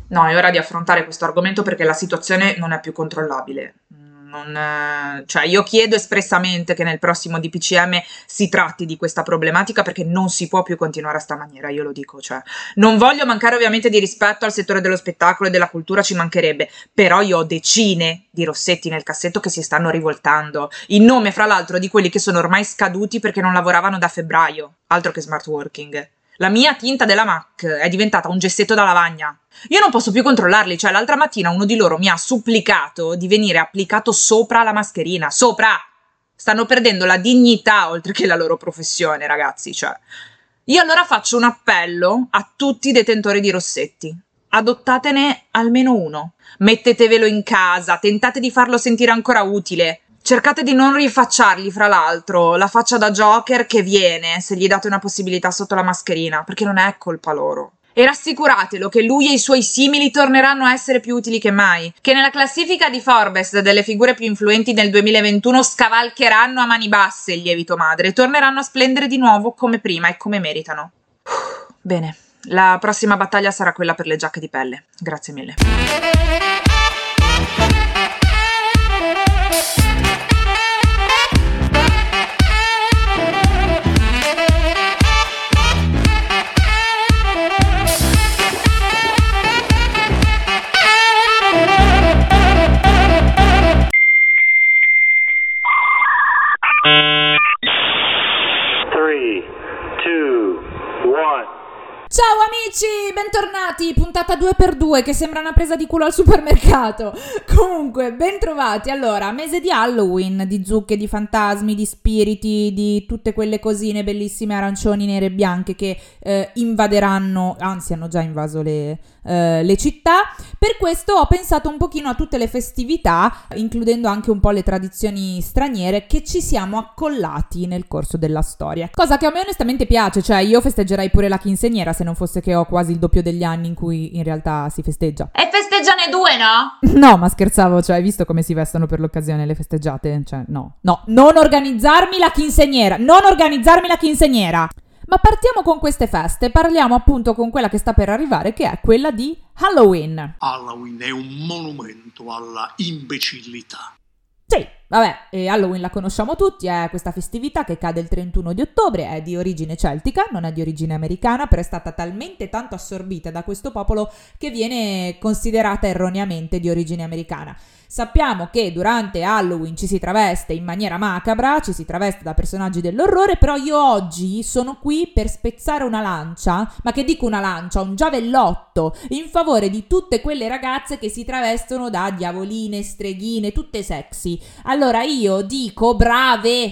No, è ora di affrontare questo argomento perché la situazione non è più controllabile. Cioè, io chiedo espressamente che nel prossimo DPCM si tratti di questa problematica perché non si può più continuare a sta maniera, io lo dico, cioè, non voglio mancare ovviamente di rispetto al settore dello spettacolo e della cultura, ci mancherebbe, però io ho decine di rossetti nel cassetto che si stanno rivoltando, in nome fra l'altro di quelli che sono ormai scaduti perché non lavoravano da febbraio, altro che smart working. La mia tinta della MAC è diventata un gessetto da lavagna. Io non posso più controllarli, cioè l'altra mattina uno di loro mi ha supplicato di venire applicato sopra la mascherina, sopra! Stanno perdendo la dignità oltre che la loro professione, ragazzi, cioè. Io allora faccio un appello a tutti i detentori di rossetti. Adottatene almeno uno. Mettetevelo in casa, tentate di farlo sentire ancora utile. Cercate di non rifacciargli, fra l'altro, la faccia da Joker che viene se gli date una possibilità sotto la mascherina, perché non è colpa loro. E rassicuratelo che lui e i suoi simili torneranno a essere più utili che mai, che nella classifica di Forbes delle figure più influenti nel 2021 scavalcheranno a mani basse il lievito madre e torneranno a splendere di nuovo come prima e come meritano. Bene, la prossima battaglia sarà quella per le giacche di pelle. Grazie mille. Ciao amici, bentornati, puntata 2x2 che sembra una presa di culo al supermercato. Comunque, bentrovati. Allora, mese di Halloween, di zucche, di fantasmi, di spiriti, di tutte quelle cosine bellissime arancioni, nere e bianche che invaderanno, anzi hanno già invaso le città. Per questo ho pensato un pochino a tutte le festività, includendo anche un po' le tradizioni straniere che ci siamo accollati nel corso della storia. Cosa che a me onestamente piace, cioè io festeggerei pure la quinceañera se non fosse che ho quasi il doppio degli anni in cui in realtà si festeggia. E festeggiane due, no? No, ma scherzavo, cioè hai visto come si vestono per l'occasione le festeggiate? Cioè no, non organizzarmi la quinceañera, Ma partiamo con queste feste, parliamo appunto con quella che sta per arrivare, che è quella di Halloween. Halloween è un monumento alla imbecillità. Sì, vabbè, Halloween la conosciamo tutti, è questa festività che cade il 31 di ottobre, è di origine celtica, non è di origine americana, però è stata talmente tanto assorbita da questo popolo che viene considerata erroneamente di origine americana. Sappiamo che durante Halloween ci si traveste in maniera macabra, ci si traveste da personaggi dell'orrore, però io oggi sono qui per spezzare una lancia, ma che dico una lancia, un giavellotto, in favore di tutte quelle ragazze che si travestono da diavoline, streghine, tutte sexy. Allora io dico brave!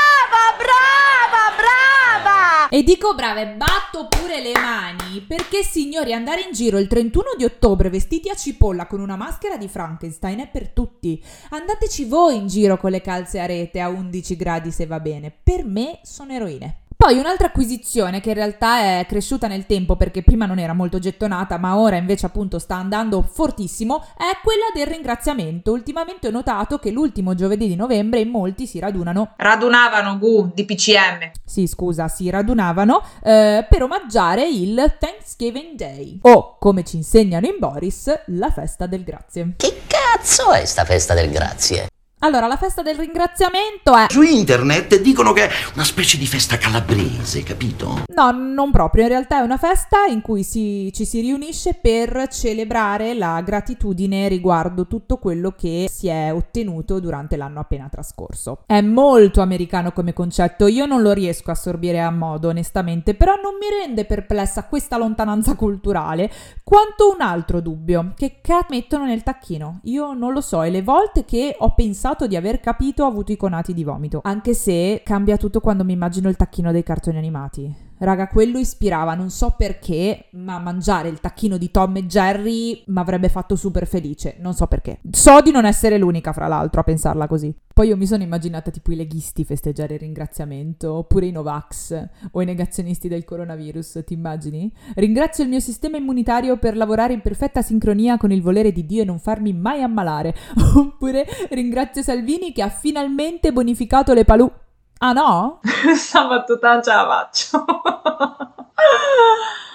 Brava! E dico brave, batto pure le mani, perché signori, andare in giro il 31 di ottobre vestiti a cipolla con una maschera di Frankenstein è per tutti. Andateci voi in giro con le calze a rete a 11 gradi se va bene. Per me sono eroine. Poi un'altra acquisizione che in realtà è cresciuta nel tempo perché prima non era molto gettonata ma ora invece appunto sta andando fortissimo è quella del ringraziamento. Ultimamente ho notato che l'ultimo giovedì di novembre in molti si Radunavano, DPCM. Sì, scusa, si radunavano per omaggiare il Thanksgiving Day o, come ci insegnano in Boris, la festa del grazie. Che cazzo è sta festa del grazie? Allora, la festa del ringraziamento è... Su internet dicono che è una specie di festa calabrese, capito? No, non proprio, in realtà è una festa in cui ci si riunisce per celebrare la gratitudine riguardo tutto quello che si è ottenuto durante l'anno appena trascorso. È molto americano come concetto, io non lo riesco a assorbire a modo onestamente, però non mi rende perplessa questa lontananza culturale, quanto un altro dubbio, che cazzo mettono nel tacchino? Io non lo so e le volte che ho pensato di aver capito ho avuto i conati di vomito, anche se cambia tutto quando mi immagino il tacchino dei cartoni animati. Raga, quello ispirava, non so perché, ma mangiare il tacchino di Tom e Jerry mi avrebbe fatto super felice, non so perché. So di non essere l'unica, fra l'altro, a pensarla così. Poi io mi sono immaginata tipo i leghisti festeggiare il ringraziamento, oppure i Novax o i negazionisti del coronavirus, ti immagini? Ringrazio il mio sistema immunitario per lavorare in perfetta sincronia con il volere di Dio e non farmi mai ammalare. Oppure ringrazio Salvini che ha finalmente bonificato le Ah no? Sta battuta non ce la faccio.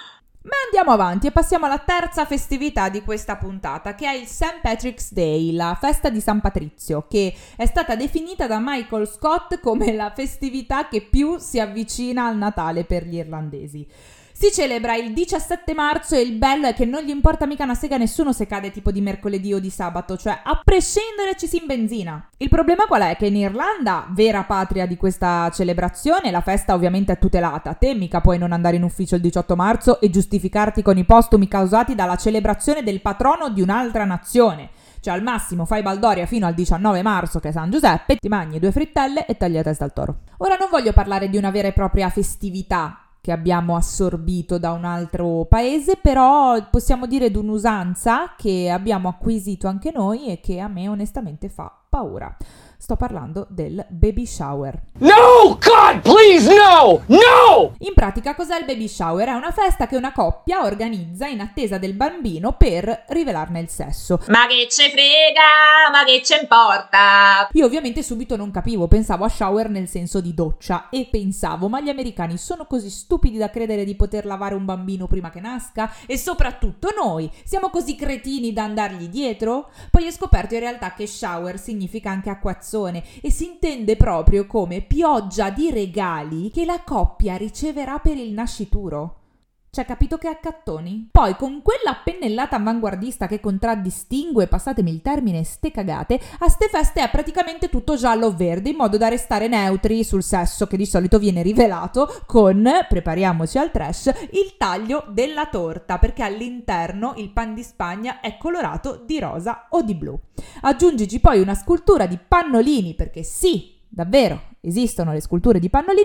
Ma andiamo avanti e passiamo alla terza festività di questa puntata, che è il St. Patrick's Day, la festa di San Patrizio, che è stata definita da Michael Scott come la festività che più si avvicina al Natale per gli irlandesi. Si celebra il 17 marzo e il bello è che non gli importa mica una sega a nessuno se cade tipo di mercoledì o di sabato, cioè a prescindere ci si imbenzina. Il problema qual è? Che in Irlanda, vera patria di questa celebrazione, la festa ovviamente è tutelata. Te mica puoi non andare in ufficio il 18 marzo e giustificarti con i postumi causati dalla celebrazione del patrono di un'altra nazione. Cioè al massimo fai baldoria fino al 19 marzo che è San Giuseppe, ti mangi 2 frittelle e tagli la testa al toro. Ora non voglio parlare di una vera e propria festività che abbiamo assorbito da un altro paese, però possiamo dire di un'usanza che abbiamo acquisito anche noi e che a me onestamente fa paura. Sto parlando del baby shower. No! God, please, no! No! In pratica, cos'è il baby shower? È una festa che una coppia organizza in attesa del bambino per rivelarne il sesso. Ma che ce frega, ma che ce importa? Io ovviamente subito non capivo, pensavo a shower nel senso di doccia e pensavo, ma gli americani sono così stupidi da credere di poter lavare un bambino prima che nasca? E soprattutto noi, siamo così cretini da andargli dietro? Poi ho scoperto in realtà che shower significa anche acquazzone e si intende proprio come pioggia di regali che la coppia riceverà per il nascituro. Cioè, capito che accattoni? Poi, con quella pennellata avanguardista che contraddistingue, passatemi il termine, ste cagate, a ste feste è praticamente tutto giallo o verde, in modo da restare neutri sul sesso che di solito viene rivelato con, prepariamoci al trash, il taglio della torta, perché all'interno il pan di Spagna è colorato di rosa o di blu. Aggiungici poi una scultura di pannolini, perché sì, davvero, esistono le sculture di pannolini,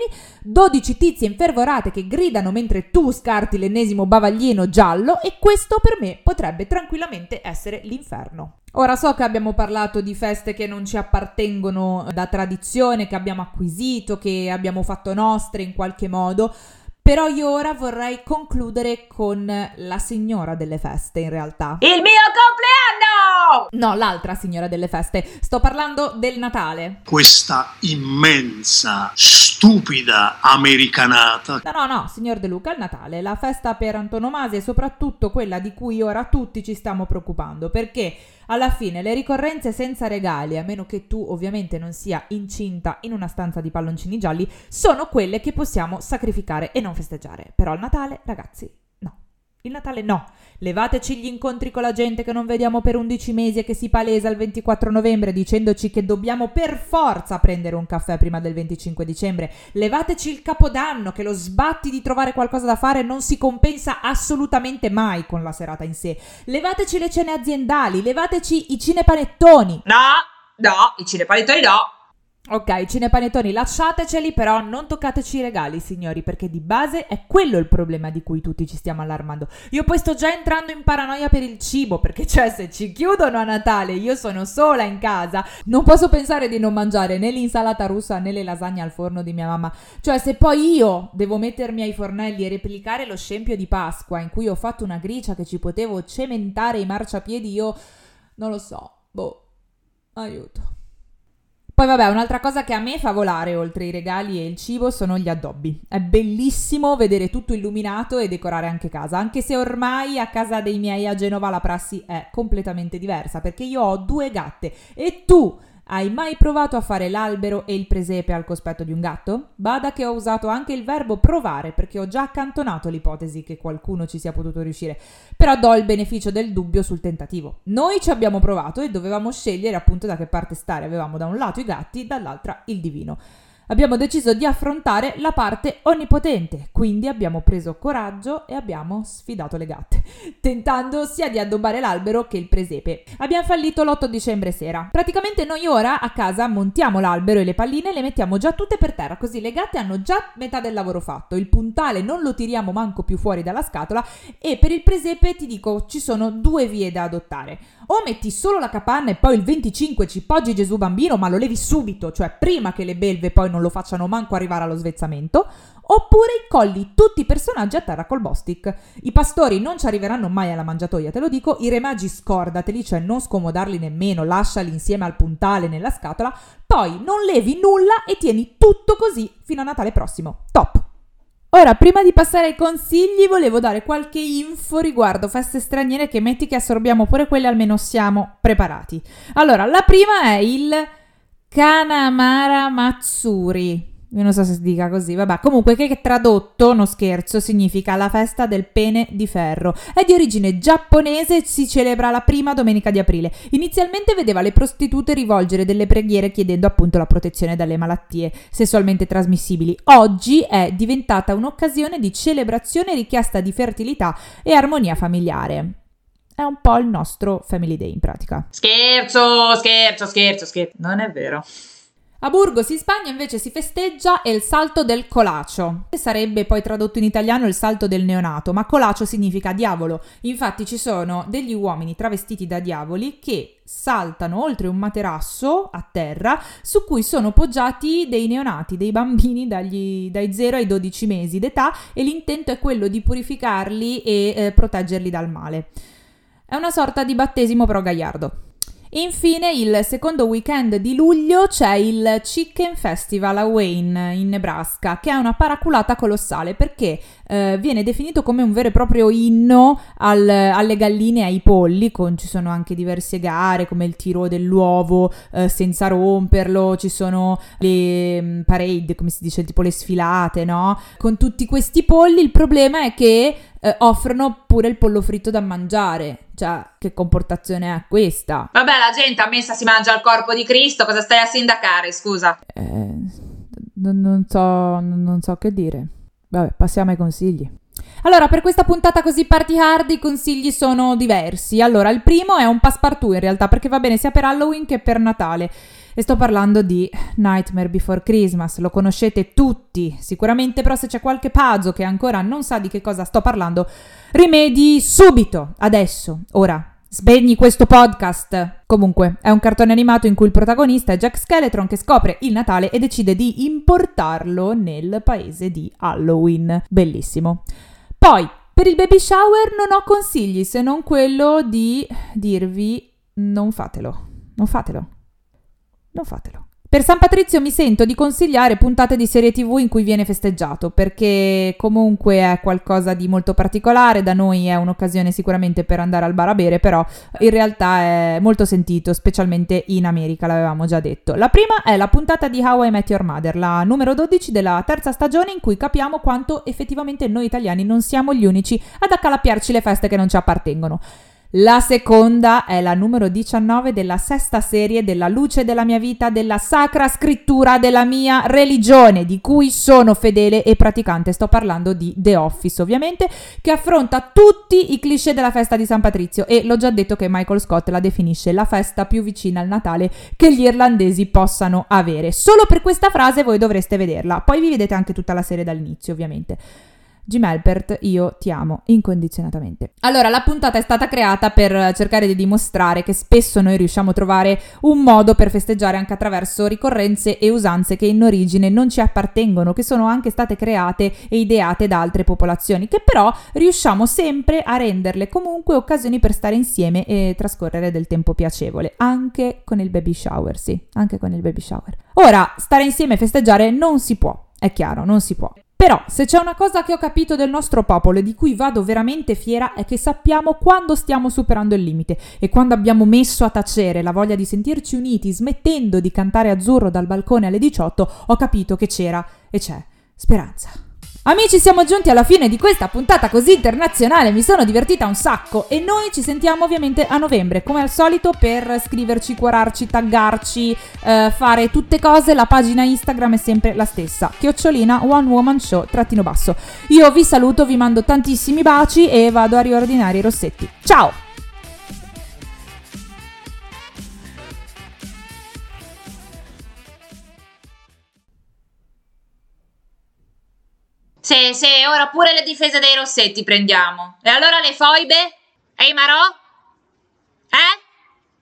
12 tizie infervorate che gridano mentre tu scarti l'ennesimo bavaglino giallo e questo per me potrebbe tranquillamente essere l'inferno. Ora so che abbiamo parlato di feste che non ci appartengono da tradizione, che abbiamo acquisito, che abbiamo fatto nostre in qualche modo, però io ora vorrei concludere con la signora delle feste in realtà. Il mio compleanno! No, l'altra signora delle feste. Sto parlando del Natale. Questa immensa, stupida americanata. No, signor De Luca, il Natale, la festa per antonomasia e soprattutto quella di cui ora tutti ci stiamo preoccupando, perché alla fine le ricorrenze senza regali, a meno che tu ovviamente non sia incinta in una stanza di palloncini gialli, sono quelle che possiamo sacrificare e non festeggiare. Però il Natale, ragazzi, no. Il Natale no. Levateci gli incontri con la gente che non vediamo per 11 mesi e che si palesa il 24 novembre dicendoci che dobbiamo per forza prendere un caffè prima del 25 dicembre. Levateci il Capodanno, che lo sbatti di trovare qualcosa da fare non si compensa assolutamente mai con la serata in sé. Levateci le cene aziendali, levateci i cinepanettoni. No, i cinepanettoni no. Ok, cinepanettoni lasciateceli, però non toccateci i regali, signori, perché di base è quello il problema di cui tutti ci stiamo allarmando. Io poi sto già entrando in paranoia per il cibo, perché cioè se ci chiudono a Natale, io sono sola in casa, non posso pensare di non mangiare né l'insalata russa né le lasagne al forno di mia mamma. Cioè se poi io devo mettermi ai fornelli e replicare lo scempio di Pasqua in cui ho fatto una gricia che ci potevo cementare i marciapiedi, io non lo so, aiuto. Poi vabbè, un'altra cosa che a me fa volare oltre i regali e il cibo sono gli addobbi. È bellissimo vedere tutto illuminato e decorare anche casa, anche se ormai a casa dei miei a Genova la prassi è completamente diversa, perché io ho 2 gatte e tu hai mai provato a fare l'albero e il presepe al cospetto di un gatto? Bada che ho usato anche il verbo provare, perché ho già accantonato l'ipotesi che qualcuno ci sia potuto riuscire, però do il beneficio del dubbio sul tentativo. Noi ci abbiamo provato e dovevamo scegliere appunto da che parte stare. Avevamo da un lato i gatti, dall'altra il divino. Abbiamo deciso di affrontare la parte onnipotente, quindi abbiamo preso coraggio e abbiamo sfidato le gatte, tentando sia di addobbare l'albero che il presepe. Abbiamo fallito l'8 dicembre sera. Praticamente noi ora a casa montiamo l'albero e le palline e le mettiamo già tutte per terra, così le gatte hanno già metà del lavoro fatto. Il puntale non lo tiriamo manco più fuori dalla scatola e per il presepe ti dico ci sono 2 vie da adottare. O metti solo la capanna e poi il 25 ci poggi Gesù bambino, ma lo levi subito, cioè prima che le belve poi non lo facciano manco arrivare allo svezzamento, oppure incolli tutti i personaggi a terra col Bostik. I pastori non ci arriveranno mai alla mangiatoia, te lo dico, i re magi scordateli, cioè non scomodarli nemmeno, lasciali insieme al puntale nella scatola, poi non levi nulla e tieni tutto così fino a Natale prossimo. Top! Ora, prima di passare ai consigli, volevo dare qualche info riguardo feste straniere che metti che assorbiamo pure quelle, almeno siamo preparati. Allora, la prima è il Kanamara Matsuri. Io non so se si dica così, vabbè, comunque che tradotto, no scherzo, significa la festa del pene di ferro. È di origine giapponese e si celebra la prima domenica di aprile. Inizialmente vedeva le prostitute rivolgere delle preghiere chiedendo appunto la protezione dalle malattie sessualmente trasmissibili. Oggi è diventata un'occasione di celebrazione, richiesta di fertilità e armonia familiare. È un po' il nostro Family Day in pratica. Scherzo. Non è vero. A Burgos in Spagna invece si festeggia il salto del colacio, che sarebbe poi tradotto in italiano il salto del neonato, ma colacio significa diavolo. Infatti ci sono degli uomini travestiti da diavoli che saltano oltre un materasso a terra su cui sono poggiati dei neonati, dei bambini dai 0 ai 12 mesi d'età, e l'intento è quello di purificarli e proteggerli dal male. È una sorta di battesimo però gagliardo. Infine, il secondo weekend di luglio c'è il Chicken Festival a Wayne, in Nebraska, che è una paraculata colossale perché viene definito come un vero e proprio inno alle galline e ai polli. Ci sono anche diverse gare come il tiro dell'uovo senza romperlo, ci sono le parade, come si dice, tipo le sfilate, no? Con tutti questi polli. Il problema è che offrono pure il pollo fritto da mangiare. Cioè, che comportazione è questa? Vabbè, la gente a messa si mangia il corpo di Cristo, cosa stai a sindacare, scusa? Non so che dire. Vabbè, passiamo ai consigli. Allora, per questa puntata così party hard i consigli sono diversi. Allora, il primo è un passepartout in realtà, perché va bene sia per Halloween che per Natale. E sto parlando di Nightmare Before Christmas, lo conoscete tutti sicuramente, però se c'è qualche pazzo che ancora non sa di che cosa sto parlando, rimedi subito, adesso, ora. Spegni questo podcast. Comunque, è un cartone animato in cui il protagonista è Jack Skelltron che scopre il Natale e decide di importarlo nel paese di Halloween. Bellissimo. Poi, per il baby shower non ho consigli se non quello di dirvi non fatelo. Per San Patrizio mi sento di consigliare puntate di serie TV in cui viene festeggiato, perché comunque è qualcosa di molto particolare. Da noi è un'occasione sicuramente per andare al bar a bere, però in realtà è molto sentito, specialmente in America, l'avevamo già detto. La prima è la puntata di How I Met Your Mother, la numero 12 della terza stagione, in cui capiamo quanto effettivamente noi italiani non siamo gli unici ad accalappiarci le feste che non ci appartengono. La seconda è la numero 19 della sesta serie della luce della mia vita, della sacra scrittura della mia religione, di cui sono fedele e praticante. Sto parlando di The Office, ovviamente, che affronta tutti i cliché della festa di San Patrizio, e l'ho già detto che Michael Scott la definisce la festa più vicina al Natale che gli irlandesi possano avere. Solo per questa frase voi dovreste vederla, poi vi vedete anche tutta la serie dall'inizio, ovviamente. Jim Halpert, io ti amo incondizionatamente. Allora, la puntata è stata creata per cercare di dimostrare che spesso noi riusciamo a trovare un modo per festeggiare anche attraverso ricorrenze e usanze che in origine non ci appartengono, che sono anche state create e ideate da altre popolazioni, che però riusciamo sempre a renderle comunque occasioni per stare insieme e trascorrere del tempo piacevole, anche con il baby shower, sì, anche con il baby shower. Ora, stare insieme e festeggiare non si può, è chiaro, non si può. Però, se c'è una cosa che ho capito del nostro popolo e di cui vado veramente fiera, è che sappiamo quando stiamo superando il limite, e quando abbiamo messo a tacere la voglia di sentirci uniti, smettendo di cantare Azzurro dal balcone alle 18, ho capito che c'era e c'è speranza. Amici, siamo giunti alla fine di questa puntata così internazionale, mi sono divertita un sacco, e noi ci sentiamo ovviamente a novembre, come al solito, per scriverci, cuorarci, taggarci, fare tutte cose. La pagina Instagram è sempre la stessa, @OneWomanShow _. Io vi saluto, vi mando tantissimi baci e vado a riordinare i rossetti. Ciao! Sì, ora pure le difese dei rossetti prendiamo. E allora le foibe? E i marò?